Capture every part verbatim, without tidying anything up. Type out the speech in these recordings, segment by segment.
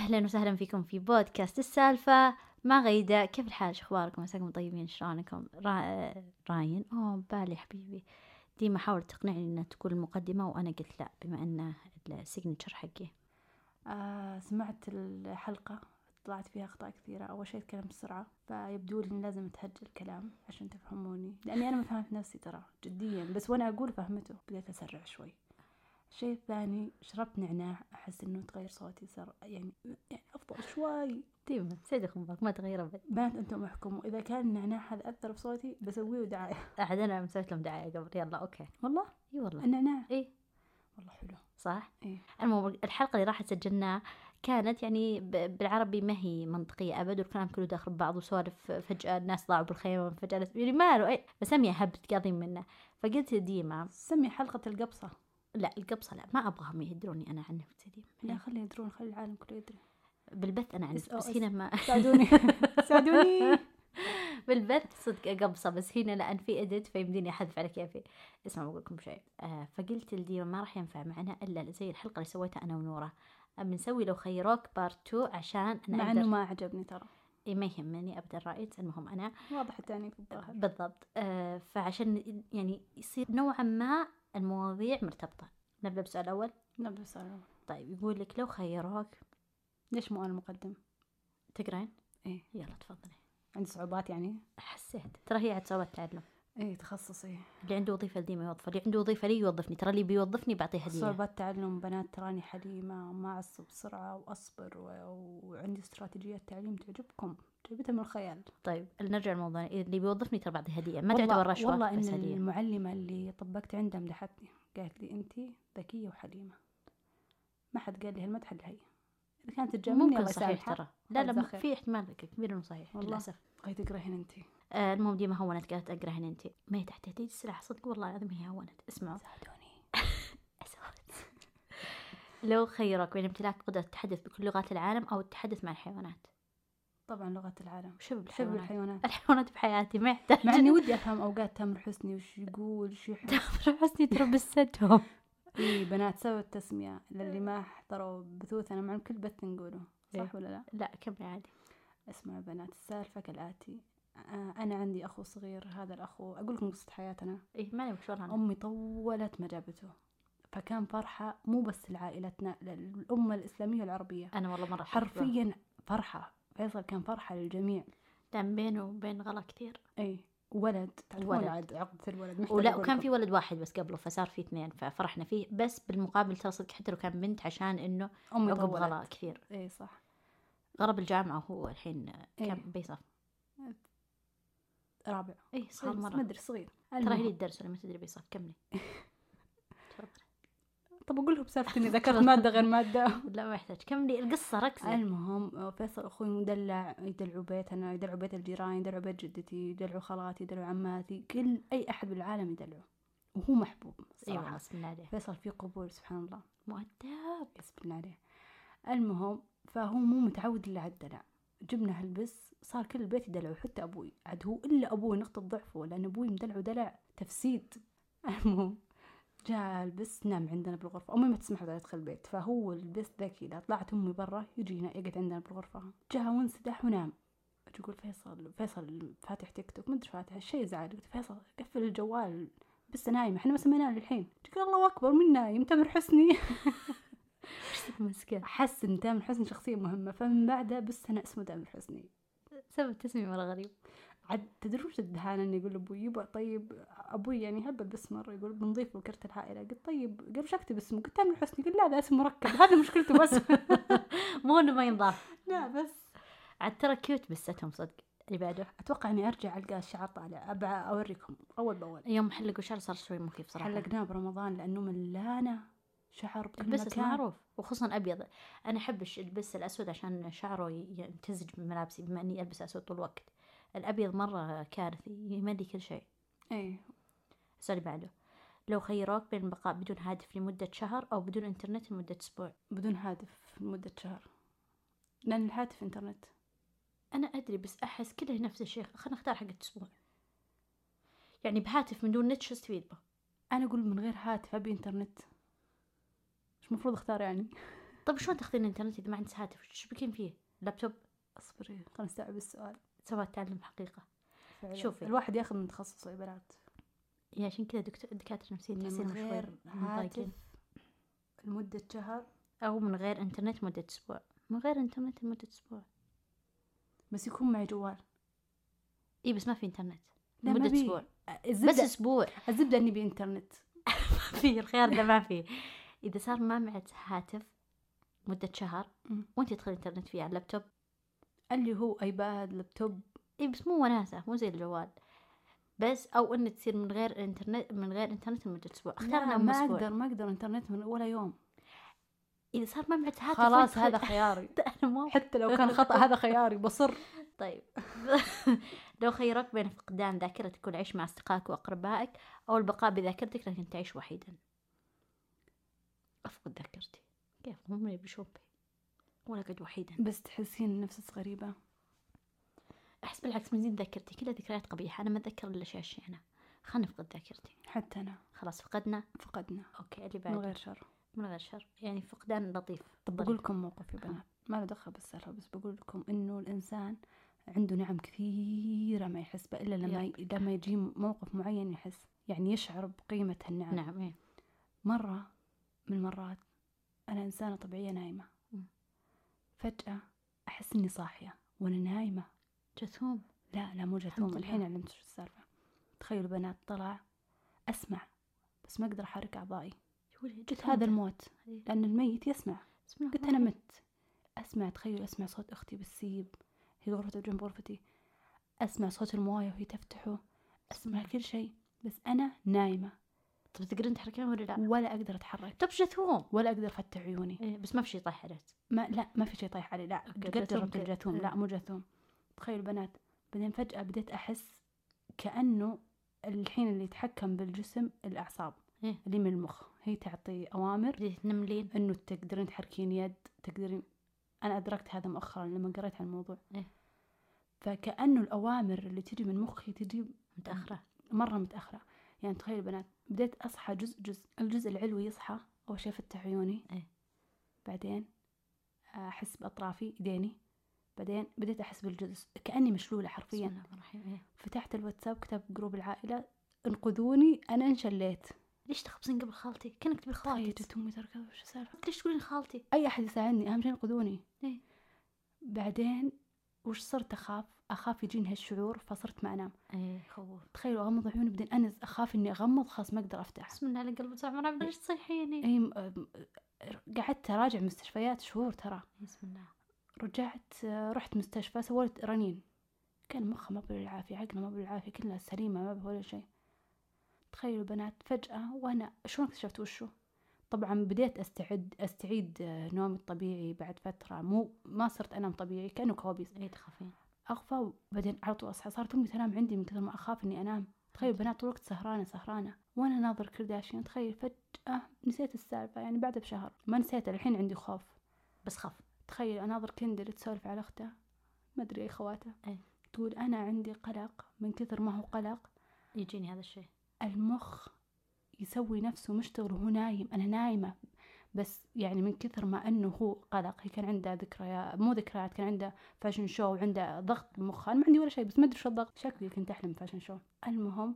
أهلا وسهلا فيكم في بودكاست السالفة مع غيدة. كيف الحال؟ شو أخباركم؟ مساكم طيبين؟ شلونكم؟ را... راين أوه بالي حبيبي ديما حاول تقنعني أن تقول المقدمة وأنا قلت لا بما أنه السيجنتشر حقي. آه سمعت الحلقة طلعت فيها أخطاء كثيرة. أول شيء أتكلم بسرعة، فيبدو لي لازم أتهجل الكلام عشان تفهموني، لأني أنا ما فهمت نفسي ترى جديا، بس وأنا أقول فهمته بديت أسرع شوي. الشيء الثاني، شربت نعناع، أحس إنه تغير صوتي، صار يعني يعني أفضل شوي. ديما سيدكم بارك ما تغير أبد. بنات أنتم احكموا، إذا كان النعناع هذا أثر في صوتي بسويه دعاية. أحد أنا مسويت لهم دعاية قبل. يلا أوكي. والله إي والله النعناع إيه والله حلو صح. إيه. المهم الحلقة اللي راح سجلناها كانت يعني ب- بالعربي ما هي منطقية أبد، والكلام كله داخل ببعض وسوالف. فجأة الناس ضاعوا بالخيمة، فجأة ناس يعني ماله أي بسميها هبت قاضي منه. فقلت ديما سمي حلقة القبصة. لا القبصة لا، ما أبغاهم يهدروني أنا عن نفسي ديما. لا خلي يدرون، خلي العالم كله يدري. بالبث أنا عندي بس S O S. هنا ما ساعدوني ساعدوني. بالبث صدق قبصة، بس هنا لأن في إديت فيمديني أحذف على كيفي. اسمعوا بقول لكم شيء. آه فقلت لديما ما راح ينفع معنا إلا زي الحلقة اللي سويتها أنا ونورة، بنسوي لو خيروك بارت تو عشان أنا مع أقدر. انه ما عجبني ترى. إيه ما يهمني أبدا رأيت. المهم أنا واضح التاني في الظاهر. بالضبط. آه فعشان يعني يصير نوعا ما المواضيع مرتبطة. نبدأ بالسؤال الأول. نبدأ بالسؤال. طيب يقول لك لو خيروك، ليش مو انا المقدم؟ تقرين؟ ايه يلا تفضلي. عندي صعوبات يعني. حسيت ترى هي عاد صعوبة تعلم. ايه تخصصي. اللي عنده وظيفة ديما يوظف، اللي عنده وظيفة لي يوظفني، ترى اللي بيوظفني بعطيه هدية. صعوبات تعلم بنات، تراني حليمة وما أعصب بسرعة وأصبر و... وعندي استراتيجيات تعليم تعجبكم، جايبتها من الخيال. طيب نرجع لموضوعنا. اللي بيوظفني ترى بعطيه هدية، ما والله تعتبر رشوة والله بس إن هدية. المعلمة اللي طبقت عندها مدحتني، قالت لي أنتي ذكية وحليمة. ما حد قال لي هالمدح إلا هي. إذا كانت تجاملني ممكن الله صحيح يسامحها. ترى. لا لا أتذكر. في احتمال كبير انه صحيح والله. للاسف. غاية تقرهن أنتي. آه المهم ديما هونت قالت اقرهن انتي، ما هي تحت تهديد السلاح صدق والله العظيم هي هونت. اسمعوا ساعدوني. لو خيرك بين امتلاك قدرة التحدث بكل لغات العالم او التحدث مع الحيوانات. طبعا لغة العالم. شو شو بالحيوانات؟ بالحيوانات. الحيوانات بحياتي ما يحتاج. مع اني ودي افهم اوقات تامر حسني وش يقول وش يحس. تامر حسني ترى بستهم. اي بنات سووا التسمية للي ما حضروا بثوثنا، مع كل بث نقوله صح إيه. ولا لا؟ لا كملي عادي. اسمعوا بنات، السالفة كالآتي. آه، أنا عندي أخو صغير، هذا الأخو أقول لكم قصة حياتنا. ايه ما لك شغل عنه. أمي طولت ما جابته، فكان فرحة مو بس لعائلتنا، للأمة الإسلامية والعربية. انا والله مرة حرفيا فرحة. فيصل كان فرحة للجميع. كان بينه وبين غلا كثير. اي ولد تعرفون ولد. عاد عقدة الولد. ولا وكان في ولد واحد بس قبله فصار في اثنين ففرحنا فيه، بس بالمقابل ترى صدق حتى لو كان بنت عشان انه أمي عقب طولت. غلا كثير. اي صح. غرب الجامعة وهو الحين إيه. كم بيصف؟ رابع. اي صغير خامس، مرة. ما أدري صغير. ترى المهم. هي الدرس ولا ما تدري بيصف. كملي. طب أقول له بسالفة إني ذكرت مادة غير مادة. لا ما يحتاج. كملي القصة ركزي. المهم فيصل أخوي مدلع، يدلعوا بيتنا، يدلعوا بيت الجيران، يدلعوا بيت جدتي، يدلعوا خالاتي، يدلعوا عماتي، كل أي أحد بالعالم يدلعه، وهو محبوب ايوه صراحة. بسم الله عليه. فيصل فيه قبول سبحان الله. مؤدب. بسم الله عليه. المهم فهو مو متعود إلا على الدلع. جبنا هالبس صار كل البيت يدلعوا، حتى أبوي عاد هو إلا أبوي نقطة ضعفه، لأن أبوي مدلعه دلع تفسيد. المهم جاء البس نام عندنا بالغرفة، أمي ما تسمح له يدخل البيت، فهو البس ذكي، إذا طلعت أمي برا يجينا يقعد عندنا بالغرفة. جاء وانسدح ونام. تقول فيصل فيصل فاتح تيك توك، ما أدري فاتح الشيء زعل. قلت فيصل قفل الجوال بس نايمة، إحنا ما سميناه للحين. تقول الله أكبر من نايم تامر حسني. مسكين. حس إن تامر حسني شخصية مهمة، فمن بعدها بس أنا اسمه تامر حسني. سبب تسمية مرة غريب. عاد تدرون الدهان اني يقول ابوي يبا طيب ابوي يعني هبل بس مره يقول بنضيف له كرت العائله. قلت طيب قبل وش اكتب اسمه؟ قلت تامر حسني. قال لا ذا اسم مركب، هذا مشكلته بس. مو انه ما ينضاف. لا بس عاد ترى كيوت بستهم صدق. اللي بعده اتوقع اني ارجع القى الشعر طالع، ابى اوريكم اول باول. يوم حلقوا شعر صار شوي مخيف صراحه. حلقناه برمضان لانه ملانه شعر بكل بس مكان. معروف وخصوصا ابيض. انا احب البس الاسود عشان شعره يمتزج بملابسي بما اني البس اسود طول الوقت. الابيض مره كارثي يملي كل شيء. ايه. السؤال اللي بعده، لو خيروك بين البقاء بدون هاتف لمده شهر او بدون انترنت لمده اسبوع. بدون هاتف لمده شهر، لان الهاتف انترنت. انا ادري بس احس كله نفس الشيء. خلينا نختار حق اسبوع. يعني بهاتف من دون نت شو استفيد به؟ انا اقول من غير هاتف ابي انترنت. مش مفروض اختار يعني. طب شلون تاخذين الانترنت اذا ما عندك هاتف؟ ايش بكين فيه؟ لابتوب؟ اصبري خلينا نستوعب السؤال. سوى تعلم حقيقة. فعلا. شوفي. الواحد ياخذ من تخصصه يا بنات. يا عشان كذا دكتور دكاترة نفسيين من تحسين شوي غير مضايقين. هاتف لمدة شهر، او من غير انترنت مدة اسبوع. من غير انترنت لمدة اسبوع. بس يكون معي جوال. اي بس ما في انترنت لا ما مدة بي. اسبوع. الزبدة بس اسبوع. الزبدة اني بانترنت. في الخيار ده ما في. اذا صار ما معك هاتف مدة شهر مم. وانت تدخل الانترنت فيه على اللابتوب، اللي هو ايباد لابتوب. اي بس مو وناسة، مو زي الجوال. بس او ان تصير من غير انترنت من غير انترنت لمدة اسبوع. اختارنا لا ام ما اسبوع. اقدر ما اقدر انترنت من ولا يوم. اذا صار ما معك هاتف خلاص وين هذا تدخل- خياري. انا مو حتى لو كان خطأ هذا خياري بصر. طيب. لو خيرك بين فقدان ذاكرتك والعيش مع أصدقائك وأقربائك أو البقاء بذاكرتك لكن تعيش وحيدا، أفقد ذاكرتي. كيف هم يبشون بي ولا قد وحيدا؟ بس تحسين نفسك غريبة. أحس بالعكس من زين ذاكرتي كلها ذكريات قبيحة. أنا ما أتذكر إلا أشياء شينة. خلنا نفقد ذاكرتي. حتى أنا. خلاص فقدنا. فقدنا. أوكي اللي من بعد غير شر. من غير شر يعني فقدان لطيف. طب بقول لكم موقف يا بنات ما له دخل بالسالفة، بس بقول لكم إنه الإنسان عنده نعم كثيرة ما يحس بها إلا لما ي... لما يجي موقف معين يحس، يعني يشعر بقيمة النعم. نعم إيه. مرة من المرات أنا إنسانة طبيعية نايمة، م. فجأة أحس إني صاحية وأنا نايمة. جثوم. لا لا مو جثوم، الحين علمت شو السالفة. تخيلوا بنات طلع أسمع بس ما أقدر أحرك أعضائي. قلت هذا الموت لأن الميت يسمع. قلت أنا مت. أسمع تخيل أسمع صوت أختي بالسيب، هي غرفتها جنب غرفتي، أسمع صوت الموية وهي تفتحه، أسمع كل شيء بس أنا نايمة. طب تقدرين تحركين ولا لا؟ ولا أقدر أتحرك. طب جثوم. ولا أقدر أفتح عيوني. إيه بس ما في شيء طايح عليك. ما لا ما في شيء طايح علي. لا قد جربت الجاثوم. إيه. لا مو جاثوم. تخيل بنات بعدين فجأة بديت أحس كأنه الحين اللي يتحكم بالجسم الأعصاب إيه؟ اللي من المخ، هي تعطي أوامر بديت تنملين إنه تقدرين تحركين يد تقدرين. أنا أدركت هذا مؤخرا لما قريت عن الموضوع. إيه؟ فكأنه الأوامر اللي تجي من مخي تجي متأخرة مرة متأخرة. يعني تخيل بنات بديت أصحى جزء جزء. الجزء العلوي يصحى أول شيء أفتح عيوني. إيه؟ بعدين أحس بأطرافي إيديني. بعدين بديت أحس بالجزء كأني مشلولة حرفيا. بسم الله الرحمن الرحيم. إيه؟ فتحت الواتساب كتاب جروب العائلة انقذوني أنا انشليت. ليش تخبزين قبل خالتي؟ كأنك تبي تخيل خواتك. جت أمي تركض وش السالفة؟ ليش تقولين خالتي؟ أي أحد يساعدني أهم شيء انقذوني. إيه؟ بعدين وش صرت أخاف أخاف يجيني هالشعور فصرت ما أنام. إيه خوف. تخيلوا أغمض عيوني بعدين أنز أخاف إني أغمض خلاص ما أقدر أفتح. بسم الله على قلب سامع. ليش تصيحيني؟ أي م... قعدت أراجع مستشفيات شهور ترى. بسم الله. رجعت رحت مستشفى سويت رنين كان مخه ما بالعافية عقله ما بالعافية كلها سليمة ما به ولا شيء. تخيلوا بنات فجأة وأنا شلون اكتشفت وشو. طبعا بديت أستعد أستعيد نومي الطبيعي بعد فترة مو ما صرت أنام طبيعي كأنه كوابيس. إيه تخافين؟ أغفى وبعدين على طول أصحى. صارت أمي تنام عندي من كثر ما أخاف إني أنام. تخيل بنات طول الوقت سهرانة سهرانة وأنا ناظر كرداشيان. تخيل فجأة نسيت السالفة يعني بعدها بشهر ما نسيت. الحين عندي خوف بس خاف. تخيل أناظر كندل تسولف على أختها ما أدري أي خواتها. إيه؟ تقول أنا عندي قلق من كثر ما هو قلق يجيني هذا الشيء. المخ يسوي نفسه مشتغل وهو نايم. أنا نايمة بس يعني من كثر ما أنه هو قلق. هي كان عندها ذكريات مو ذكريات كان عندها فاشن شو وعنده ضغط بالمخ. أنا ما عندي ولا شيء بس ما أدري شو الضغط. شكلي كنت أحلم فاشن شو. المهم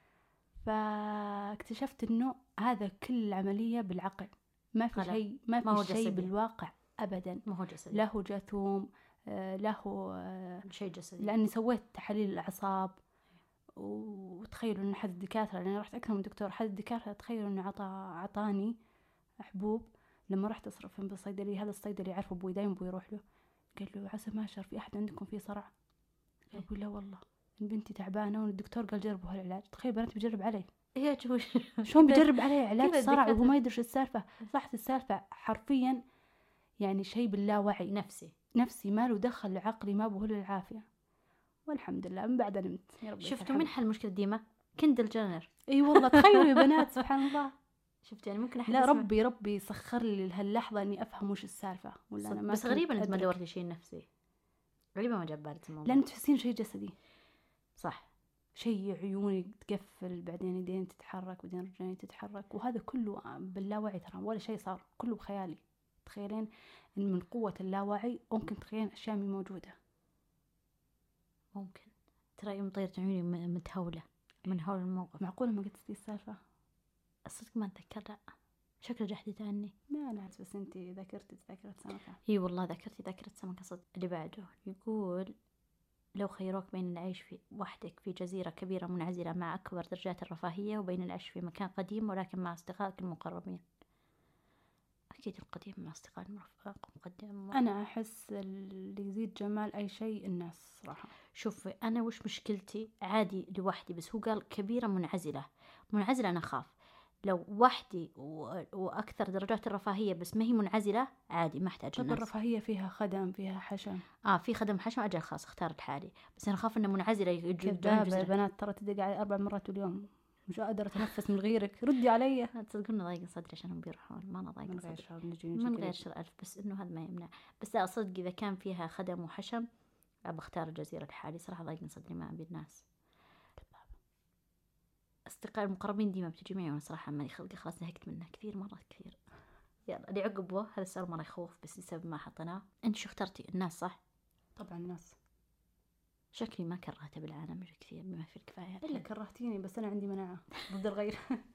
فاكتشفت إنه هذا كل العملية بالعقل ما في شيء ما ما في شيء بالواقع أبدا. ما هو جسدي. لا هو جاثوم لا هو شيء جسدي. لأني سويت تحاليل الأعصاب وتخيلوا إن أحد الدكاترة لأن رحت أكثر من دكتور. أحد الدكاترة تخيلوا إنه عطى عطاني حبوب لما رحت أصرف بالصيدلية. هذا الصيدلي يعرف أبوي دايما أبوي يروح له. قال له عسى ما شر في أحد عندكم فيه صرع؟ أقول لا والله بنتي تعبانة والدكتور قال جربوا هالعلاج. تخيل بنات بيجرب علي. إيه جوش. شلون بيجرب علي علاج صرع وهو ما يدري شو السالفة. صحت السالفة حرفيا يعني شيء باللاوعي نفسي نفسي ما له دخل عقلي ما به إلا العافية. والحمد لله من بعد نمت. يا رب شفتوا من حل مشكلة ديما كندل جنر. اي والله تخيلوا يا بنات سبحان الله. شفت يعني ممكن أحد لا يسمع. ربي ربي يسخر لي لهاللحظة اني افهم وش السالفة ولا انا ما. بس غريبة انك ما أدرك. دورتي شيء نفسي. غريبة ما جاب بالك الموضوع. لان تحسين شيء جسدي صح. شيء عيوني تقفل بعدين يدين تتحرك بعدين رجلين تتحرك وهذا كله باللاوعي ترى ولا شيء صار كله بخيالي. تتخيلين إن من قوة اللاوعي ممكن تتخيلين أشياء مي موجودة. ممكن ترى يوم طيرت عيوني م- متهولة من هول الموقف. معقولة ما قلت لي السالفة؟ الصدق ما أتذكر، لا شكله جحدت عني. لا لا بس أنتي ذاكرتي ذاكرة سمكة. اي والله ذاكرتي ذاكرة سمكة صدق. اللي بعده يقول لو خيروك بين العيش في وحدك في جزيرة كبيرة منعزلة مع أكبر درجات الرفاهية وبين العيش في مكان قديم ولكن مع أصدقائك المقربين. أكيد القديم مع أصدقائي المرفق مقدم. أنا أحس اللي يزيد جمال أي شيء الناس صراحة. شوفي أنا وش مشكلتي، عادي لوحدي، بس هو قال كبيرة منعزلة. منعزلة أنا أخاف. لو وحدي و... وأكثر درجات الرفاهية بس ما هي منعزلة عادي ما أحتاج طب الناس. الرفاهية فيها خدم فيها حشم. آه في خدم حشم أجل خلاص اختار لحالي، بس أنا أخاف إنه منعزلة يجون كذابة جزيرة. البنات ترى تدق علي أربع مرات باليوم مش قادرة أتنفس من غيرك. ردي علي. تصدقون ضايق صدري عشان بيروحون، ما أنا ضايق من غير صدري شر نجي من نجي غير شر ألف، بس إنه هذا ما يمنع. بس لا صدق إذا كان فيها خدم وحشم بختار الجزيرة لحالي صراحة. ضايق صدري ما أبي الناس. أصدقائي المقربين ديما بتجي معي وأنا صراحة ماني خلقي خلاص زهقت منه كثير مرة كثير. يلا اللي عقبه هذا السؤال مرة يخوف بس لسبب ما حطيناه. أنت شو اخترتي؟ الناس صح؟ طبعا الناس. شكلي ما كرهته بالعالم كثير بما في الكفاية. إلا كرهتيني بس أنا عندي مناعة ضد الغير.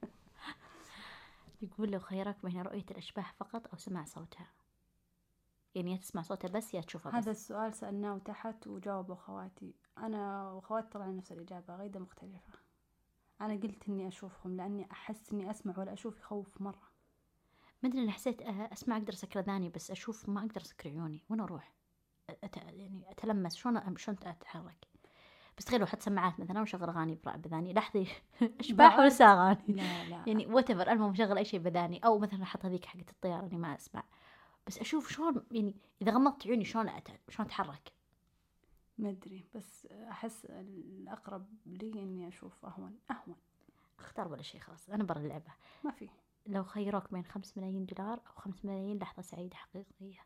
يقول لو خيرك بين رؤية الأشباح فقط أو سماع صوتها، يعني يا تسمع صوتها بس يا تشوفها بس. هذا السؤال سألناه تحت وجاوبوا خواتي. أنا وخواتي طلعنا نفس الإجابة غير مختلفة. أنا قلت إني أشوفهم لأني أحس إني أسمع ولا أشوف يخوف مرة. مدري أنا حسيت أسمع أقدر أسكر أذاني بس أشوف ما أقدر أسكر عيوني وأنا أروح أت... يعني أتلمس شلون شلون أتحرك. بس تخيلوا حط سماعات مثلا وشغل أغاني بذاني لحظة أشباح ولا أغاني لا لا يعني whatever المهم مشغل أي شيء بذاني، أو مثلا أحط هذيك حقة الطيارة أني ما أسمع بس أشوف شلون يعني إذا غمضت عيوني شلون أت... شلون أتحرك. ما أدري بس أحس الأقرب لي إني أشوف أهون أهون. اختار ولا شيء خلاص أنا برا اللعبة. ما في. لو خيروك بين خمس ملايين دولار أو خمس ملايين لحظة سعيدة حقيقية.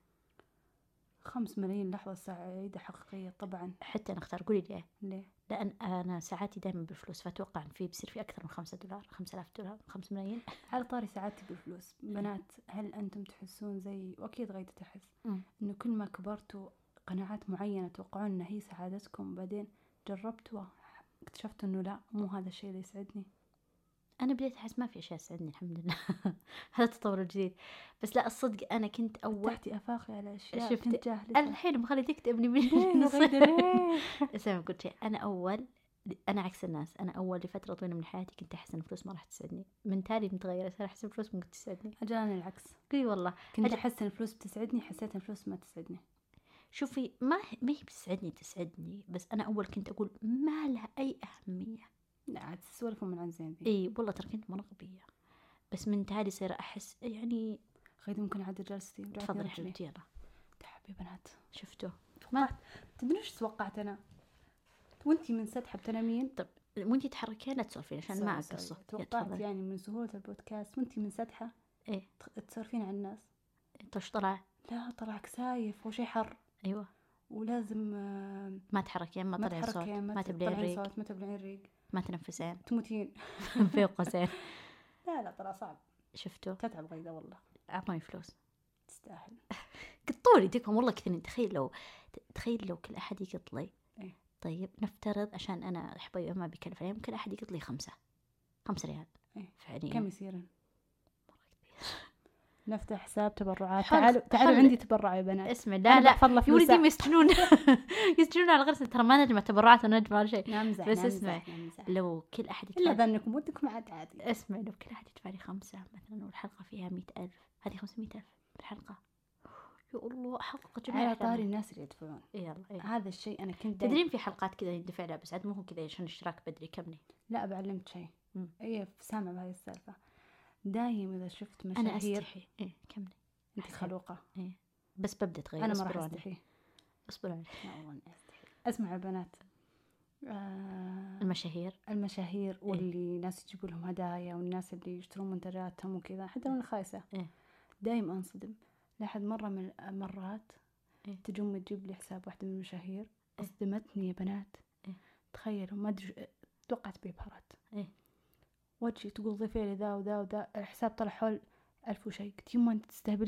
خمس ملايين لحظة سعيدة حقيقية طبعا. حتى أنا اختار. قولي ليه؟ ليه؟ لأن أنا ساعاتي دائما بالفلوس فأتوقع إن في بصير في أكثر من خمسة دولار خمسة آلاف دولار خمس ملايين. على طاري سعادتي بالفلوس بنات، هل أنتم تحسون زي وأكيد غير تحس م. إنه كل ما كبرتوا قناعات معينة توقعون إن هي سعادتكم بعدين جربتوا اكتشفتوا إنه لا مو هذا الشيء اللي يسعدني؟ أنا بديت أحس ما في أشياء تسعدني الحمد لله. هذا التطور الجديد. بس لا الصدق أنا كنت أول فتحتي آفاقي على أشياء شفت كنت جاهلة. الحين بخلي تكتبني من اسمع قلت شيء. أنا أول أنا عكس الناس. أنا أول لفترة طويلة من حياتي كنت أحس إن الفلوس ما راح تسعدني. من تالي متغيرة صار أحس الفلوس ممكن تسعدني. أجل أنا العكس. قولي والله كنت أجل. أحس إن الفلوس بتسعدني حسيت إن الفلوس ما تسعدني. شوفي ما ما هي بتسعدني تسعدني بس أنا أول كنت أقول ما لها أي أهمية. لا عاد تسولفوا من عن زين ذي. اي والله ترى كنت مرة غبية بس من تالي صير احس يعني خيدي ممكن عاد جلستي تفضلي حبيبتي يلا تحبي بنات. شفتوا ما تدري ايش توقعت انا وانتي من سدحة بتنامين. طب وانتي تحركين لا تسولفين عشان ما اقصه. توقعت يعني من سهولة البودكاست وانتي من سدحة ايه تسولفين عن الناس. طش طلع لا طلعك سايف وشي حر. ايوه ولازم ما تحركين ما تطلعين صوت ما, ما تبلعين ريق صوت ما تبلعين ريق ما تنفسين تموتين في قوسين. لا لا طلع صعب. شفتوا تتعب غيظة والله. اعطوني فلوس تستاهل. قطولي تكفى والله كثير. تخيل لو تخيل لو كل احد يقط لي إيه؟ طيب نفترض عشان انا حبايبي ما بيكلف عليهم كل احد يقط لي خمسة خمسة ريال. إيه؟ فعليا كم يصيرن؟ نفتح حساب تبرعات. حل... تعالوا تعالوا حل... عندي تبرع يا بنات. اسمع لا لا فضل يا ولدي يستجنون يستجنون على غرسة. ترى ما نجمع تبرعات ولا نجمع ولا شيء. نمزح بس نمزح اسمع نمزح. لو كل أحد إلا يدفع ذنكم ودكم عاد عادي. اسمع لو كل أحد يدفع لي خمسة مثلا والحلقة فيها مئة ألف هذه خمسمائة ألف الحلقة. يا الله حقق جميع على طاري الناس اللي يدفعون. يلا إيه. هذا الشيء أنا كنت تدرين في حلقات كذا يدفع لها بس عاد مو كذا عشان اشتراك بدري كملي. لا بعلمت شيء. إيه سامع بهاي السالفة. دايم إذا شفت مشاهير أنا أستحي. إيه كملي. أنت خلوقة. إيه بس ببدأ تغير. أنا ما راح أستحي. اصبروا علي. لا والله أنا أستحي. أسمع يا بنات. آه المشاهير المشاهير واللي إيه؟ ناس يجيبوا لهم هدايا والناس اللي يشترون منتجاتهم وكذا حتى من الخايسة. إيه؟ دايم أنصدم. لحد مرة من المرات إيه؟ تجون تجيب لي حساب واحدة من المشاهير. إيه؟ أصدمتني يا بنات. إيه؟ تخيلوا ما أدري توقعت بيبهرت. إيه؟ وجهي تقول ضيفي لي ذا وذا وذا الحساب طلع حول ألف وشيء. قلت يما أنت تستهبلين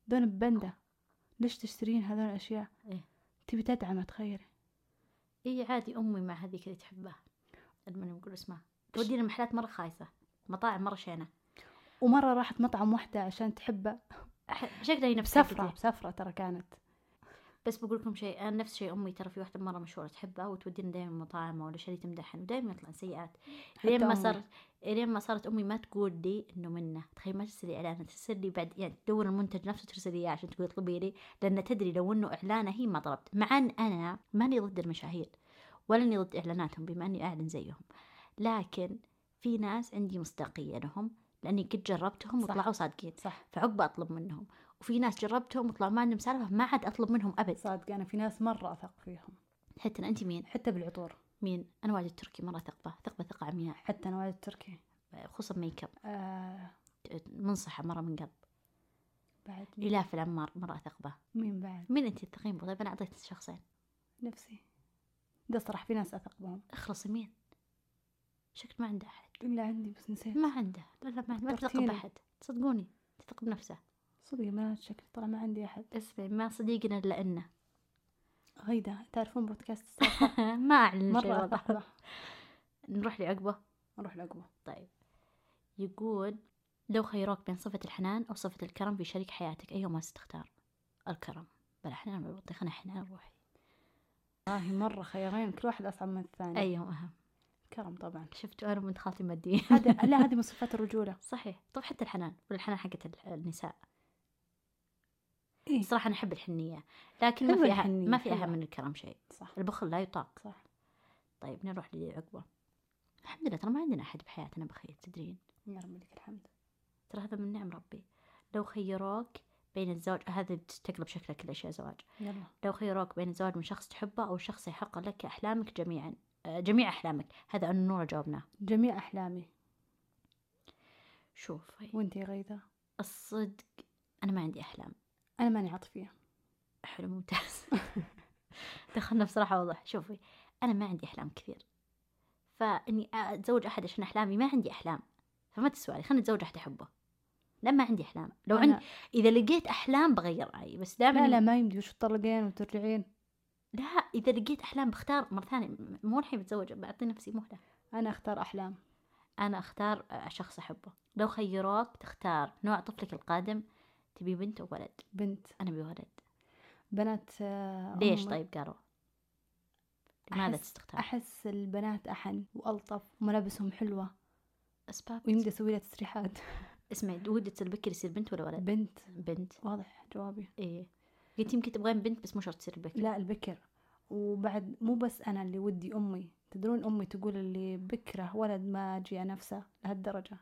دون ببندة، ليش تشترين هذول الأشياء؟ إيه. تبي تدعم، تخيري. إيه عادي، أمي مع هذيك اللي تحبها المهم نقول اسمها تودينا محلات مرة خايسة، مطاعم مرة شينة، ومرة راحت مطعم واحدة عشان تحبه، أح- شكلها هي نفسها بسفرة كده. بسفرة ترى كانت. بس بقول لكم شيء، أنا نفس شيء أمي ترى في واحدة مرة مشهورة تحبها وتودينا دائما مطاعم ولا شيء تمدحن، ودائما يطلع سيئات. لين ما أمي. صارت لين ما صارت أمي ما تقول لي إنه منه. تخيل ما ترسلي إعلان، ترسل لي بعد يعني تدور المنتج نفسه ترسلي إياه عشان تقول اطلبي لي، لأن تدري لو إنه إعلانه هي ما طلبت. مع أن أنا ماني ضد المشاهير ولا إني ضد إعلاناتهم بما إني أعلن زيهم، لكن في ناس عندي مصداقية لهم لأني قد جربتهم صح. وطلعوا صادقين، صح فعقب أطلب منهم. وفي ناس جربتهم وطلعوا ما عندهم سالفة ما عاد أطلب منهم أبد. صادق، أنا في ناس مرة أثق فيهم. حتى أنت مين؟ حتى بالعطور. مين؟ أنا واجد تركي مرة ثقبة ثقبة ثقة عمياء، حتى أنا واجد تركي. خصوصا ميك اب آه منصحة مرة من قلب. بعد مين؟ إلاف العمار مرة ثقبة. مين بعد؟ مين أنت تثقين بو؟ طيب أنا أعطيت شخصين. نفسي. ده صراحة في ناس أثق بهم. اخلصي مين؟ شكل ما عنده أحد. إلا عندي بس نسيت. ما عنده، لا لا ما, ما تثق فكرتيني. بأحد صدقوني، تثق بنفسه. صدق بنات شكلي طلع ما عندي أحد. اسمعي، ما صديقنا إلا إنه غيدة، تعرفون بودكاست السالفة؟ ما أعلن شيء مرة والله. أثق به. نروح لعقبة. نروح لعقبة. طيب يقول لو خيروك بين صفة الحنان أو صفة الكرم في شريك حياتك أيهما ستختار؟ الكرم. بلا حنان ولا بطيخ، أنا حنان روحي. والله مرة خيارين كل واحد أصعب من الثاني. أيهم أهم؟ الكرم طبعا. شفتوا أنا بنت خالتي مادية. هذا لا، هذه من صفات الرجولة. صحيح. طب حتى الحنان ولا الحنان حقت ال- النساء. إيه؟ صراحة أنا أحب الحنية، لكن ما حلوة في أهم الحنية، ما في حلوة. أهم من الكرم شيء. صح البخل لا يطاق. صح. طيب نروح لعقبة. الحمد لله ترى ما عندنا أحد بحياتنا بخيل، تدرين؟ يا رب لك الحمد. ترى هذا من نعم ربي. لو خيروك بين الزواج، هذا تقلب شكلك كل أشياء زواج. يلا. لو خيروك بين الزواج من شخص تحبه أو شخص يحقق لك أحلامك جميعا، آه، جميع أحلامك، هذا أن نور جاوبناه. جميع أحلامي. شوفي وانتي غيدة؟ الصدق أنا ما عندي أحلام. أنا ماني عاطفية. حلو ممتاز. دخلنا بصراحة واضح. شوفي أنا ما عندي أحلام كثير، فإني أتزوج أحد عشان أحلامي ما عندي أحلام، فما تسوالي خلني أتزوج أحد أحبه. لا ما عندي أحلام. لو أنا- عندي إذا لقيت أحلام بغير رأيي، بس دائما لا لا ما يمدي، وش تطلقين وترجعين. لا إذا لقيت أحلام بختار مرة ثانية، م- مو الحين بتزوج، بعطي نفسي مهلة. أنا أختار أحلام. أنا أختار آه، شخص أحبه. لو خيروك تختار نوع طفلك القادم، تبي بنت أو ولد؟ بنت. أنا أبي ولد. بنات. آه، ليش أم- طيب قالوا؟ لماذا أحس- تستختار؟ أحس البنات أحن وألطف وملابسهم حلوة أسباب. ويمدي أسوي لها تسريحات. اسمعي، ودي تصير بكر يصير بنت ولا ولد؟ بنت. بنت. واضح جوابي. إيه قلت يمكن تبغين بنت بس مو شرط تصير بكر. لا البكر. وبعد مو بس أنا اللي ودي أمي، تدرون أمي تقول اللي بكره ولد ما أجي نفسه لهالدرجة.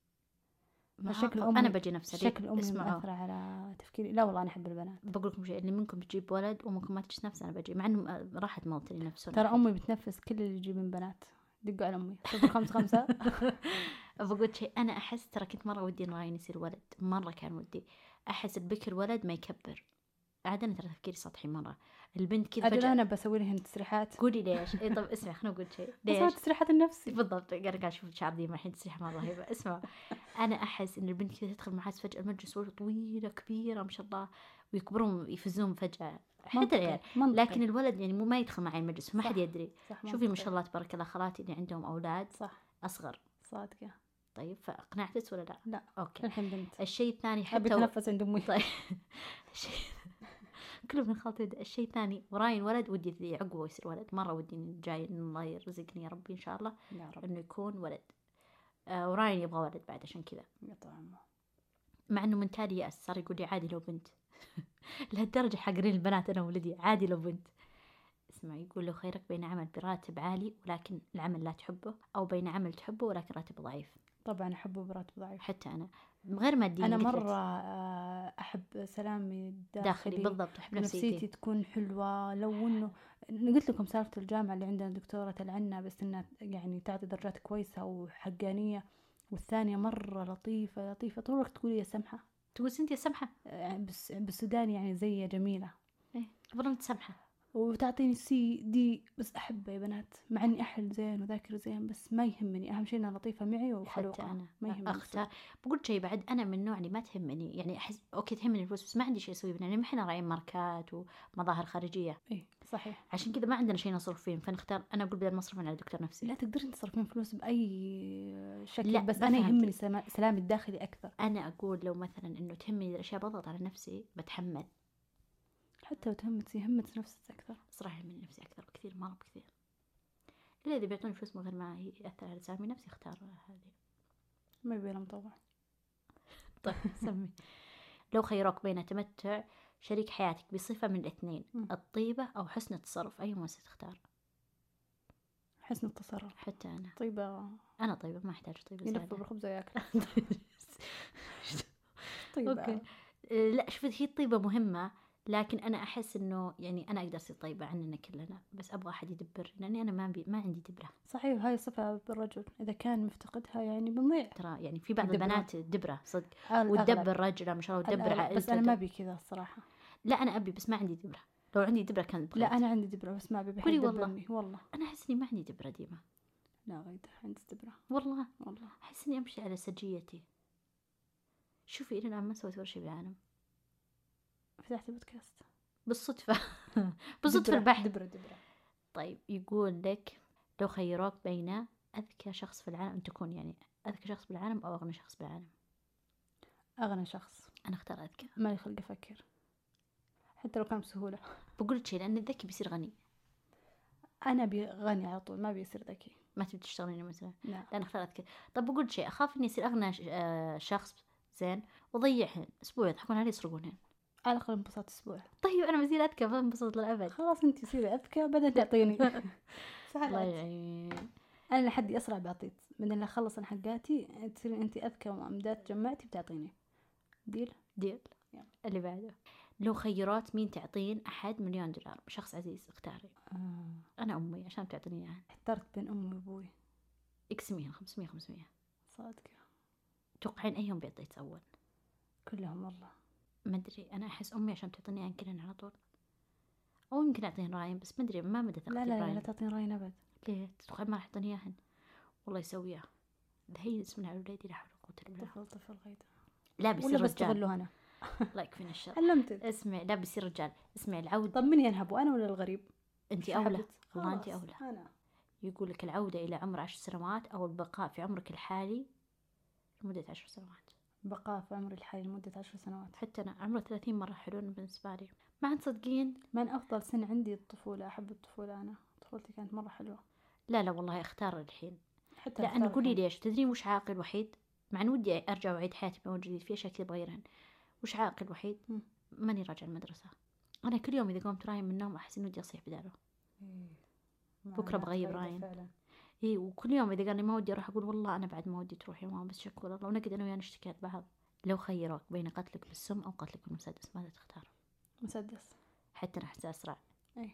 ما شكل عارفة، أمي- أنا بجي نفسه. شكل أمي اسمعوا مأثرة على تفكيري. لا والله أنا أحب البنات. بقول لكم شيء، اللي منكم بتجيب ولد ومنكم ما تجي نفسه، أنا بجي مع إنه آه، راحت موت لي نفسه. ترى أمي بتنفس كل اللي يجي من بنات. دقوا على أمي صفر خمسة خمسة. بقول شيء، أنا أحس ترى كنت مرة ودي إن راين يصير ولد، مرة كان ودي. أحس البكر ولد ما يكبر. عاد أنا ترى تفكيري سطحي مرة. البنت كذا أجل فجأة. أنا بسوي لهن تسريحات. قولي ليش؟ إيه طب اسمع خليني أقول شيء. أسوي ليش؟ تسريحات النفسي. بالضبط، أنا قاعد أشوف شعب ذي الحين تسريحة مرة رهيبة. اسمع، أنا أحس إن البنت كذا تدخل معها فجأة المجلس وجه طويلة كبيرة ما شاء الله، ويكبرون يفزون فجأة حتى منطقي، العيال. منطقي. لكن الولد يعني مو ما يدخل معي المجلس وما صح، حد يدري. صح شوفي ما منطقي. شاء الله تبارك الله خالاتي اللي عندهم أولاد صح أصغر. صادقة. طيب فأقنعتك ولا لا؟ لا أوكي. الحين بنت. الشيء الثاني أبي حتى و... أتنفس عند أمي. طيب الشيء كله من خالتي. الشيء الثاني وراين ولد، ودي ذي عقبه يصير ولد. مرة ودي إن جاي إن الله يرزقني يا ربي إن شاء الله يا رب. إنه يكون ولد. آه وراين يبغى ولد بعد عشان كذا، يطع عمه. مع إنه من تالي يأس صار يقول لي عادي لو بنت. لهالدرجة حقرين البنات أنا وولدي عادي لو بنت. اسمع، يقول لو خيرك بين عمل براتب عالي ولكن العمل لا تحبه، أو بين عمل تحبه ولكن راتب ضعيف. طبعا أحبه براتب ضعيف. حتى أنا غير مادي. أنا مرة آه، أحب سلامي الداخلي. داخلي بالضبط، أحب نفسيتي نفسيتي. تكون حلوة. لو إنه قلت لكم سالفة الجامعة اللي عندنا دكتورة تلعنا بس إنها يعني تعطي درجات كويسة وحقانية، والثانية مرة لطيفة لطيفة طول الوقت تقولي يا سمحة. تقول انت يا سمحة. آه، بس بالسوداني يعني زي يا جميلة. ايه قبل تسمحة. وتعطيني سي دي بس أحبه يا بنات، مع إني أحل زين وذاكر زين، بس ما يهمني، أهم شيء إنها لطيفة معي وخلوقة. حتى أنا ما يهمني أختار. الصراحة. بقول شيء بعد، أنا من النوع اللي ما تهمني، يعني أحس أوكي تهمني الفلوس بس ما عندي شيء أسوي، يعني ما إحنا رايحين ماركات ومظاهر خارجية، إيه صحيح. عشان كذا ما عندنا شيء نصرف فيه، فنختار. أنا أقول بدل مصرف على دكتور نفسي. لا تقدرين تصرفين فلوس بأي شكل، لا، بس ما أنا فهمتي. يهمني سما- سلامي الداخلي أكثر. أنا أقول لو مثلا إنه تهمني الأشياء بضغط على نفسي بتحمل. حتى لو تهمت يهمت نفسك أكثر. صراحة من نفسي أكثر بكثير، مرة بكثير. إلا إذا بيعطوني فلوس من غير ما يأثر على سلامي نفسي أختار هذه. ما يبي لهم طبعا. طيب سمي. لو خيروك بين تمتع شريك حياتك بصفة من الاثنين، مم. الطيبة أو حسن التصرف، أي موسى تختار؟ حسن التصرف. حتى أنا طيبة. أنا طيبة، ما أحتاج طيبة يلف زيادة. بالخبز وياكل. طيبة. أوكي. أه، لا شوفي، هي الطيبة مهمة، لكن أنا أحس إنه يعني أنا أقدر أصير طيبة عننا كلنا، بس أبغى أحد يدبر، لأني أنا ما بي ما عندي دبرة. صحيح، هاي صفة بالرجل إذا كان مفتقدها يعني بنضيع. ترى يعني في بعض يدبرون. البنات دبرة صدق، الأغلب. وتدبر رجلها ما شاء الله، وتدبر الأغلب. بس عائلتها. أنا ما أبي كذا الصراحة. لا أنا أبي بس ما عندي دبرة. لو عندي دبرة كان بغيت. لا أنا عندي دبرة بس ما أبي بحد قولي والله. يدبرني والله. أنا أحس إني ما عندي دبرة ديما. لا غيدة عندي دبرة والله والله. أحس إني أمشي على سجيتي. شوفي إلى الآن ما سويت ولا شيء بالعالم. فتحت بودكاست بالصدفة. بالصدفة دبرة البحت. دبرة دبرة. طيب يقول لك لو خيروك بين أذكى شخص في العالم، أن تكون يعني أذكى شخص بالعالم أو أغنى شخص بالعالم. أغنى شخص. أنا أختار أذكى. ما لي خلق أفكر حتى لو كان بسهولة. بقول لك شيء، لأن الذكي بيصير غني. أنا أبي غني على طول، ما بيصير ذكي. ما تبي تشتغلين مثلا. لا. لا أنا أختار أذكى. طب بقول لك شيء، أخاف إني أصير أغنى ش- آه، شخص زين وضيعهن أسبوع يضحكون علي يسرقونهن. على الأقل انبسط أسبوع. طيب أنا بصير أذكى فانبسط للأبد. خلاص أنتي صيري أذكى بعدين تعطيني. الله سهلات. يعين. أنا لحد أسرع بعطيك، بعدين لا أخلص أنا حقاتي تصيرين أنتي أذكى وأمدات جمعتي بتعطيني. ديل. ديل. يلا. اللي بعده، لو خيرات مين تعطين أحد مليون دولار، شخص عزيز اختاري. آه. أنا أمي عشان تعطيني إياها. احترت بين أمي وأبوي. اقسميها خمسمية خمسمية. صادقة. توقعين أيهم بيعطيت أول؟ كلهم والله. ما أدري، أنا أحس أمي عشان تعطيني إياهن كلهن على طول، أو يمكن أعطيهن راين بس ما أدري، ما مدى ثقتي لا لا لا, براين. لا تعطيني رأي أبد. ليه تتوقعين ما راح تعطيني إياهن؟ والله يسويها. ده هي اسمها على ولادي، لا حول ولا قوة إلا بالله. طفل طفل غيدا. لا بيصير ولا رجال. بستغله أنا. الله يكفينا الشر. علمتك. اسمع، لا بيصير رجال. اسمع العودة. طب من ينهب، أنا ولا الغريب؟ أنت أولى. صاحبت. والله أنت خلاص، أولى. أنا. يقول لك العودة إلى عمر عشر سنوات أو البقاء في عمرك الحالي لمدة عشر سنوات. بقاء في عمري الحالي لمدة عشر سنوات. حتى أنا عمره ثلاثين مرة حلو بالنسبة لي. ما عاد تصدقين؟ من أفضل سن عندي الطفولة، أحب الطفولة أنا. طفولتي كانت مرة حلوة. لا لا والله اختار الحين. حتى لا أنا أختار قولي الحين. ليش، تدرين وش عاقل وحيد؟ مع إن ودي أرجع وأعيد حياتي من أول جديد، في أشياء كثير بغيرهن. وش عاقل وحيد؟ مم. ماني راجع المدرسة. أنا كل يوم إذا قمت راين من النوم أحس إن ودي أصيح بداله. إيه. بكرة معنات بغيب غيبة راين. فعلا. إيه، وكل يوم إذا قال لي ما ودي أروح أقول والله أنا بعد ما ودي تروح يا ماما، بس شكرا الله، ونقعد أنا وياه نشتكي بعض. لو خيروك بين قتلك بالسم أو قتلك بالمسدس، ماذا تختار؟ مسدس. حتى أنا أحس أسرع. إيه.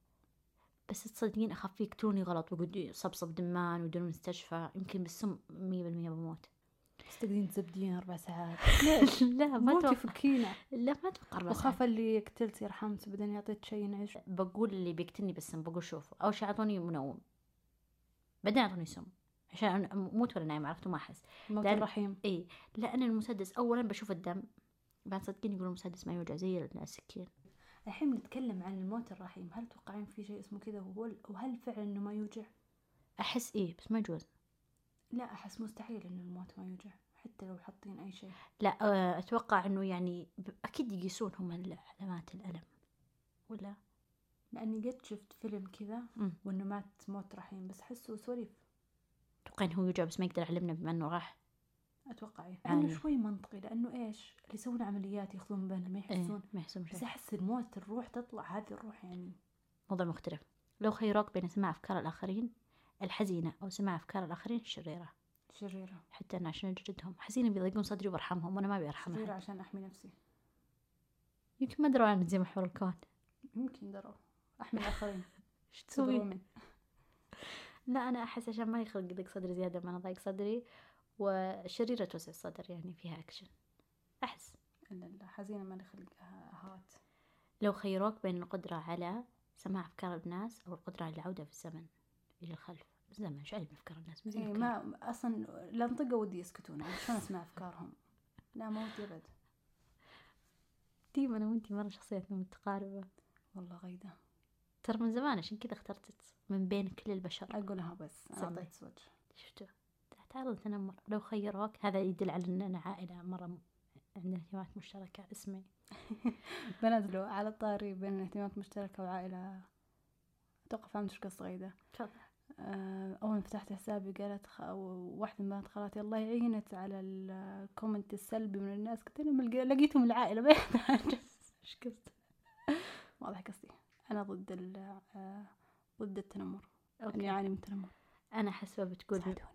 بس تصدقين أخاف يقتلوني غلط ويقعدوا صبصب دمان ودون مستشفى، يمكن بالسم مية بالمية بموت. بس تقدرين تزبدين أربع ساعات. ليش؟ لا ما موتي أتوقع. فكينة. لا ما أتوقع أربع ساعات. وخاف اللي قتلت يرحمت بعدين يعطيك شيء نعيش. بقول اللي بيقتلني بالسم، بقول شوفوا أول شيء أعطوني منوم، بعدين أعطوني سم عشان أموت ولا نايم، عرفتوا ما أحس. موت لأن- الرحيم. إيه، لأن المسدس أولا بشوف الدم، بعد صدقيني يقولوا المسدس ما يوجع زي السكين. الحين نتكلم عن الموت الرحيم، هل توقعين في شيء اسمه كذا وهو وهل فعلا انه ما يوجع؟ أحس إيه بس ما يجوز. لا احس مستحيل انه الموت ما يوجع حتى لو حاطين اي شيء. لا آه، أتوقع إنه يعني ب- أكيد يقيسون هم علامات الألم ولا. لاني قد شفت فيلم كذا مم. وانه مات موت رحيم بس حسه سوريف. أتوقع إنه هو يوجع بس ما يقدر يعلمنا بما إنه راح. اتوقع ايه يعني. انه شوي منطقي لانه ايش اللي يسوون عمليات ياخذون بالهم ما إيه يحسون. ما يحسون بس شيء. احس الموت الروح تطلع هذه الروح يعني. موضوع مختلف. لو خيروك بين سماع أفكار الآخرين الحزينة أو سماع أفكار الآخرين الشريرة. شريرة. حتى أنا عشان أجلدهم حزينة بيضيقون صدري وبرحمهم وأنا ما بيرحم شريرة أحد. عشان احمي نفسي. يمكن ما دروا عن زي محور الكون. يمكن دروا احمي الاخرين. إيش تسوي؟ صدروا من. لا أنا أحس عشان ما يخلق ضيق صدري زيادة ما أنا ضيق صدري، وشريرة توسع الصدر يعني فيها أكشن أحس. لا لا حزينة ما لي خلق هات. لو خيروك بين القدرة على سماع أفكار الناس أو القدرة على العودة في الزمن إلى الخلف. الزمن شو علم أفكار الناس؟ إيه ما أصلا لا انطقوا ودي يسكتون عشان أسمع أفكارهم. لا ما ودي أبد. ديما أنا وأنتي مرة شخصياتنا متقاربة والله غيدة. ترى من زمان عشان كذا اخترتك من بين كل البشر. أقولها بس صدق. صدق. شفتوا تعرض تنمر لو خيروك، هذا يدل على أننا عائلة مرة م... عندنا اهتمامات مشتركة. اسمي بنات لو على الطاري بين اهتمامات مشتركة وعائلة، أتوقع فهمت إيش قصة غيدة. تفضل. أول ما فتحت حسابي قالت خ... واحدة من بنات خالاتي الله يعينك على الكومنت السلبي من الناس. قلت لهم لقيتهم العائلة ما يحتاج. إيش قصدي؟ واضح قصدي. أنا ضد ال ضد التنمر. أوكي. أنا أعاني من التنمر. أنا حسبة بتقول ساعدوني.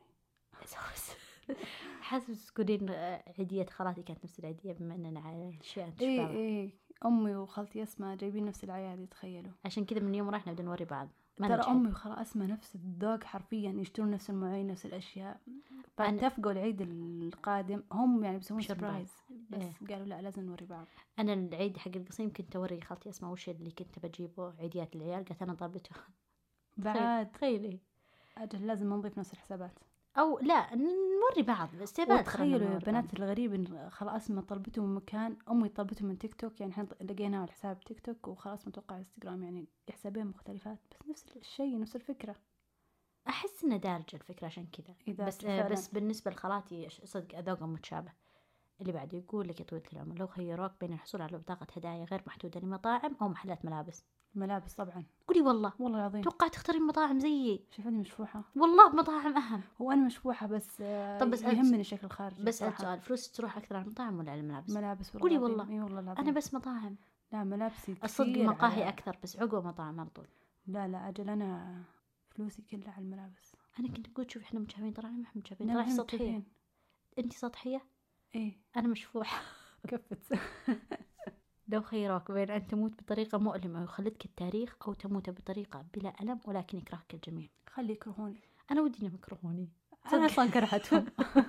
حسب تقولين عيدية خالاتي كانت نفس العيدية بما أننا عائلة أشياء إيه تشبه. إيه أمي وخالتي أسماء جايبين نفس العيادة تخيلوا. عشان كذا من يوم رحنا بدنا نوري بعض. ترى أمي وخالة أسماء نفس الذوق حرفيا، يشترون نفس المواعين نفس الأشياء. فاتفقوا العيد القادم هم يعني بيسوون سربرايز بس إيه. قالوا لا لازم نوري بعض. أنا العيد حق القصيم كنت أوري خالتي أسماء وش اللي كنت بجيبه عيديات العيال. قالت أنا طلبته بعد. تخيلي أجل لازم نضيف نفس الحسابات أو لا نوري بعض بس تبى. تخيلوا يا بنات الغريب خلاص ما طلبته من مكان، أمي طلبته من تيك توك يعني احنا لقيناه على حساب تيك توك وخلاص متوقع انستغرام يعني حسابين مختلفات بس نفس الشيء نفس الفكرة. أحس إنه دارجة الفكرة عشان كذا بس آه بس بالنسبة لخالاتي صدق أذوقهم متشابه. اللي بعده يقول لك يا طويلة العمر لو خيروك بين الحصول على بطاقة هدايا غير محدودة لمطاعم أو محلات ملابس. ملابس طبعا. قولي والله والله العظيم توقع تختارين مطاعم زيي. شوفني مشفوحة والله مطاعم أهم. هو أنا مشفوحة بس طب بس يهمني الشكل الخارجي. بس سؤال فلوس تروح أكثر على المطاعم ولا على الملابس؟ ملابس. قولي والله. إيه والله العظيم. أنا بس مطاعم. لا ملابسي كثير. الصدق مقاهي على... أكثر بس عقوة مطاعم على طول. لا لا أجل أنا فلوسي كلها على الملابس. أنا كنت أقول شوف إحنا متشابهين طلعنا ما إحنا متشابهين. طلعت سطحية. أنت سطحية؟ إيه أنا مشفوحة. كفت. لو خيروك بين أن تموت بطريقة مؤلمة ويخلدك التاريخ أو تموت بطريقة بلا ألم ولكن يكرهك الجميع. خلي يكرهوني. أنا ودي إنهم يكرهوني. أنا أصلا كرهتهم.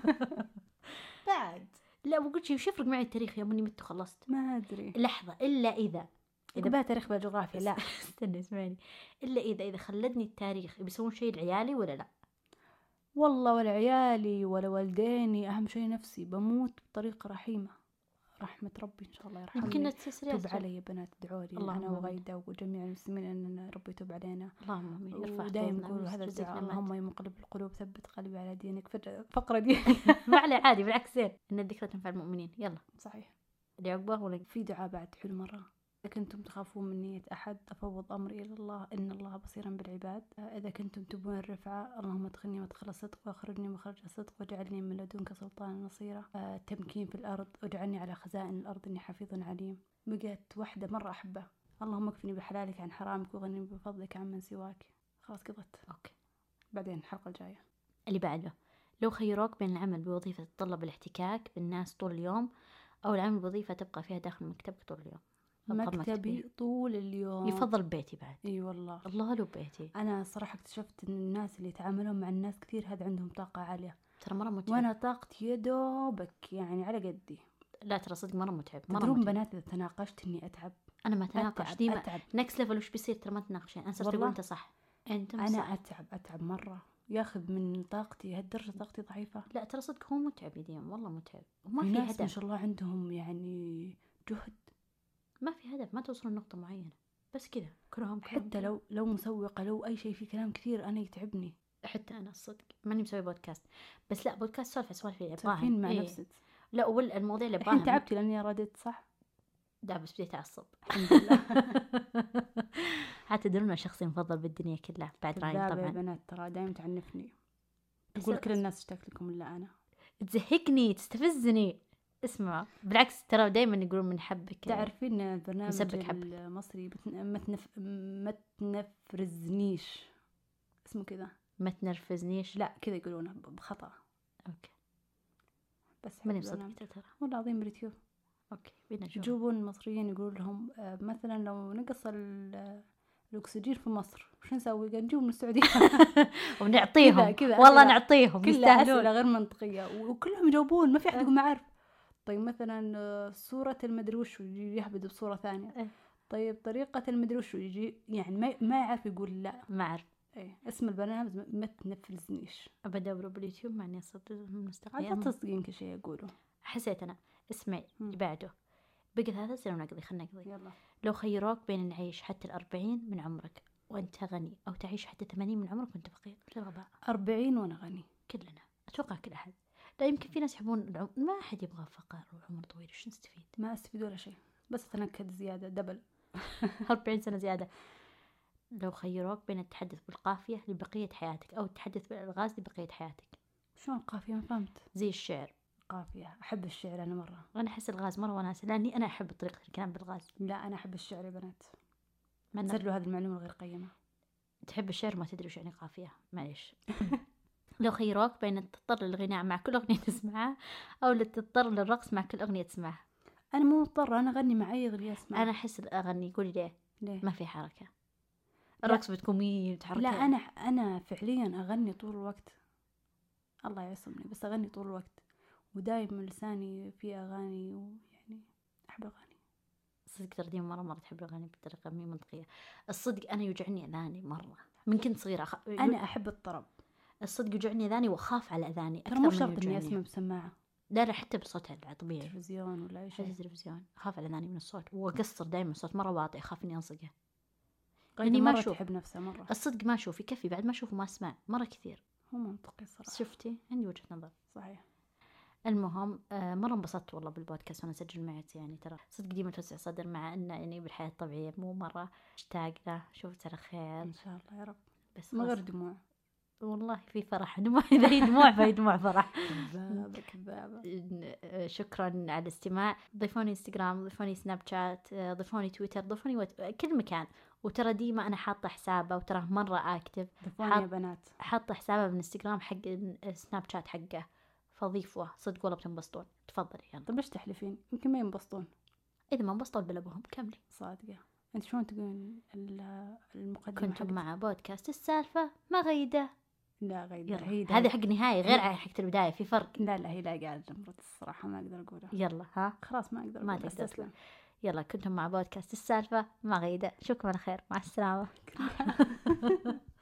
بعد لا بقول شيء وش يفرق معي التاريخ يوم إني مت وخلصت؟ ما أدري. لحظة إلا إذا إذا بقى تاريخ بالجغرافيا لا استنى اسمعني. إلا إذا إذا خلدني التاريخ بيسوون شيء لعيالي ولا لا؟ والله ولا عيالي ولا والديني، أهم شيء نفسي بموت بطريقة رحيمة. رحمة ربي إن شاء الله يرحمني. يمكن تسري توب علي يا بنات ادعوا لي أنا وغيدة وجميع المسلمين أن ربي يتوب علينا. اللهم آمين. ودائما نقول هذا الدعاء اللهم يا مقلب القلوب ثبت قلبي على دينك. فقرة دي ما عليه عادي بالعكس زين إن الذكرى تنفع المؤمنين. يلا صحيح. اللي عقبه ولا في دعاء بعد حلو مرة. إذا كنتم تخافون من نية أحد أفوض أمري إلى الله إن الله بصيرا بالعباد. إذا كنتم تبون الرفعة اللهم ادخلني مدخل الصدق واخرجني مخرج الصدق واجعلني من لدنك سلطانا نصيرا. آه تمكين في الأرض واجعلني على خزائن الأرض إني حفيظ عليم. بقيت واحدة مرة أحبها اللهم اكفني بحلالك عن حرامك وغني بفضلك عن من سواك. خلاص قضت. أوكي بعدين الحلقة الجاية. اللي بعده لو خيروك بين العمل بوظيفة تتطلب الاحتكاك بالناس طول اليوم أو العمل بوظيفة تبقى فيها داخل مكتبك طول اليوم. مكتبي طول اليوم. يفضل بيتي بعد. اي والله. الله لو بيتي. انا صراحه اكتشفت ان الناس اللي يتعاملون مع الناس كثير هذا عندهم طاقه عاليه. ترى مره متعب. وانا طاقتي يدوبك يعني على قدي. لا ترى صدق مره متعب. مره تدرون بنات اذا تناقشت اني اتعب. انا ما تناقش ديما أتعب. نكست ليفل وش بيصير ترى ما تناقشين. انا صرت اقول انت صح انت انا صح. اتعب اتعب مره ياخذ من طاقتي هالدرجه. طاقتي ضعيفه. لا ترى صدق هو متعب يديم والله متعب وما في ناس هدف. ما شاء الله عندهم يعني جهد. ما في هدف ما توصل لنقطة معينة بس كذا كلهم حتى لو لو مسوقة لو أي شيء في كلام كثير أنا يتعبني. حتى أنا الصدق ماني مسوي بودكاست بس لا بودكاست سولفة سوالف اللي أبغاها تسولفين مع إيه. نفسك. لا ولا المواضيع اللي أبغاها. الحين تعبتي لأني رديت صح. لا بس بديت أعصب الحمد لله. حتى درنا شخصي مفضل بالدنيا كلها بعد راين طبعا. يا بنات ترى دايم تعنفني تقول كل الناس اشتاق لكم إلا أنا. تزهقني تستفزني. اسمع بالعكس ترى دايما يقولون من حبك. تعرفين البرنامج المصري ما تنف... ما تنفرزنيش اسمه كذا. ما تنرفزنيش. لا كذا يقولونه بخطأ. اوكي بس ماني مصدقة ترى والله العظيم بريتيو. اوكي بينا نشوف. يجوبون المصريين يقولون لهم مثلا لو نقص الاكسجين في مصر وش نسوي؟ قال نجيب من السعوديه ونعطيهم كذا والله نعطيهم كلها اسئله غير منطقيه وكلهم يجاوبون ما في احد يقول ما اعرف. طيب مثلا صوره المدري وش يهبد بصوره ثانيه. طيب طريقة المدري وشو يجي يعني ما ما يعرف يقول لا. ما أعرف. ايه اسم البرنامج ما- ما تنفذنيش. بدور باليوتيوب مع إني صدق عاد مستقيم. لا تصدقين كل شيء اقوله. حسيت أنا. اسمعي مم. اللي بعده. بقي ثلاثة أسئلة ونقضي، خلنا نقضي. يلا. لو خيروك بين أن نعيش حتى الأربعين من عمرك وأنت غني، أو تعيش حتى ثمانين من عمرك وأنت فقير، وش الغباء؟ أربعين وأنا غني. كلنا أتوقع كل أحد. لا يمكن في ناس يحبون العمر، ما أحد يبغى فقر وعمر طويل، وش نستفيد؟ ما أستفيد ولا شيء، بس أتنكد زيادة دبل. أربعين سنة زيادة. لو خيروك بين التحدث بالقافية لبقية حياتك أو التحدث بالألغاز لبقية حياتك. شلون قافية؟ ما فهمت. زي الشعر. قافية، أحب الشعر أنا مرة. أنا أحس الغاز مرة وناسة، لأني أنا أحب طريقة الكلام بالغاز. لا أنا أحب الشعر يا بنات. ما أنا- سجلوا هذه المعلومة الغير قيمة. تحب الشعر ما تدري وش يعني قافية، معليش. لو خيروك بين أن تضطر للغناء مع كل أغنية تسمعها أو تضطر للرقص مع كل أغنية تسمعها. أنا مو مضطرة، أنا أغني مع أي أغنية أسمع. أنا أحس الأغني، قولي ليه؟ ليه؟ ما في حركة. الرقص بتكون مية تحركة. لا أنا أنا فعليا أغني طول الوقت. الله يعصمني، بس أغني طول الوقت ودايما لساني فيه أغاني، ويعني أحب أغاني. صدق ترى ديما مرة مرة تحب الأغاني بطريقة مي منطقية. الصدق أنا يوجعني أذاني مرة من كنت صغيرة. أخ... أنا أحب الطرب. الصدق يوجعني أذاني وأخاف على أذاني ترى أكثر مو من شرط إني يوجعني. أسمع بسماعة. لا لا حتى بصوت طبيعي. تلفزيون ولا أي حتى شيء. التلفزيون أخاف على أذاني من الصوت، وأقصر دايما الصوت مرة واطي، أخاف إني أنصقه. غير لأني ما مرة أشوف. تحب نفسها مرة. الصدق ما أشوف، يكفي بعد ما أشوف وما أسمع مرة كثير. هو منطقي صراحة. شفتي عندي وجهة نظر. صحيح. المهم آه مرة انبسطت والله بالبودكاست وأنا أسجل معك، يعني ترى صدق ديما توسع صدر، مع أنه يعني بالحياة الطبيعية مو مرة اشتاق له. شوفت على خير إن شاء الله يا رب. بس من غير خلاص. دموع. والله في فرح دموع. إذا هي دموع فهي دموع فرح. كذابة كذابة. ن- شكرا على الاستماع. ضيفوني انستغرام، ضيفوني سناب شات، آه، ضيفوني تويتر، ضيفوني وت... كل مكان. وترى ديما أنا حاطة حسابه، وترى مرة أكتف. ضيفوني يا حاط- بنات. حاطة حسابه بالانستغرام حق السناب شات حقه، فضيفوه صدق والله بتنبسطون. تفضلي يلا. طيب ليش تحلفين؟ يمكن ما ينبسطون. إذا ما انبسطوا بلبهم كملي. صادقة. أنت شلون تقولين ال- المقدمة كنتم حقت؟ مع بودكاست السالفة مع غيدة. لا غير يلا هي هذه حق النهاية غير عن حق البداية، في فرق. لا لا هي لا قاعدة جمرت الصراحة، ما أقدر أقولها. يلا ها خلاص ما أقدر ما أقولها، تقدر. استسلم. يلا كنتم مع بودكاست السالفة مع غيدة. شكرا على خير، مع السلامة.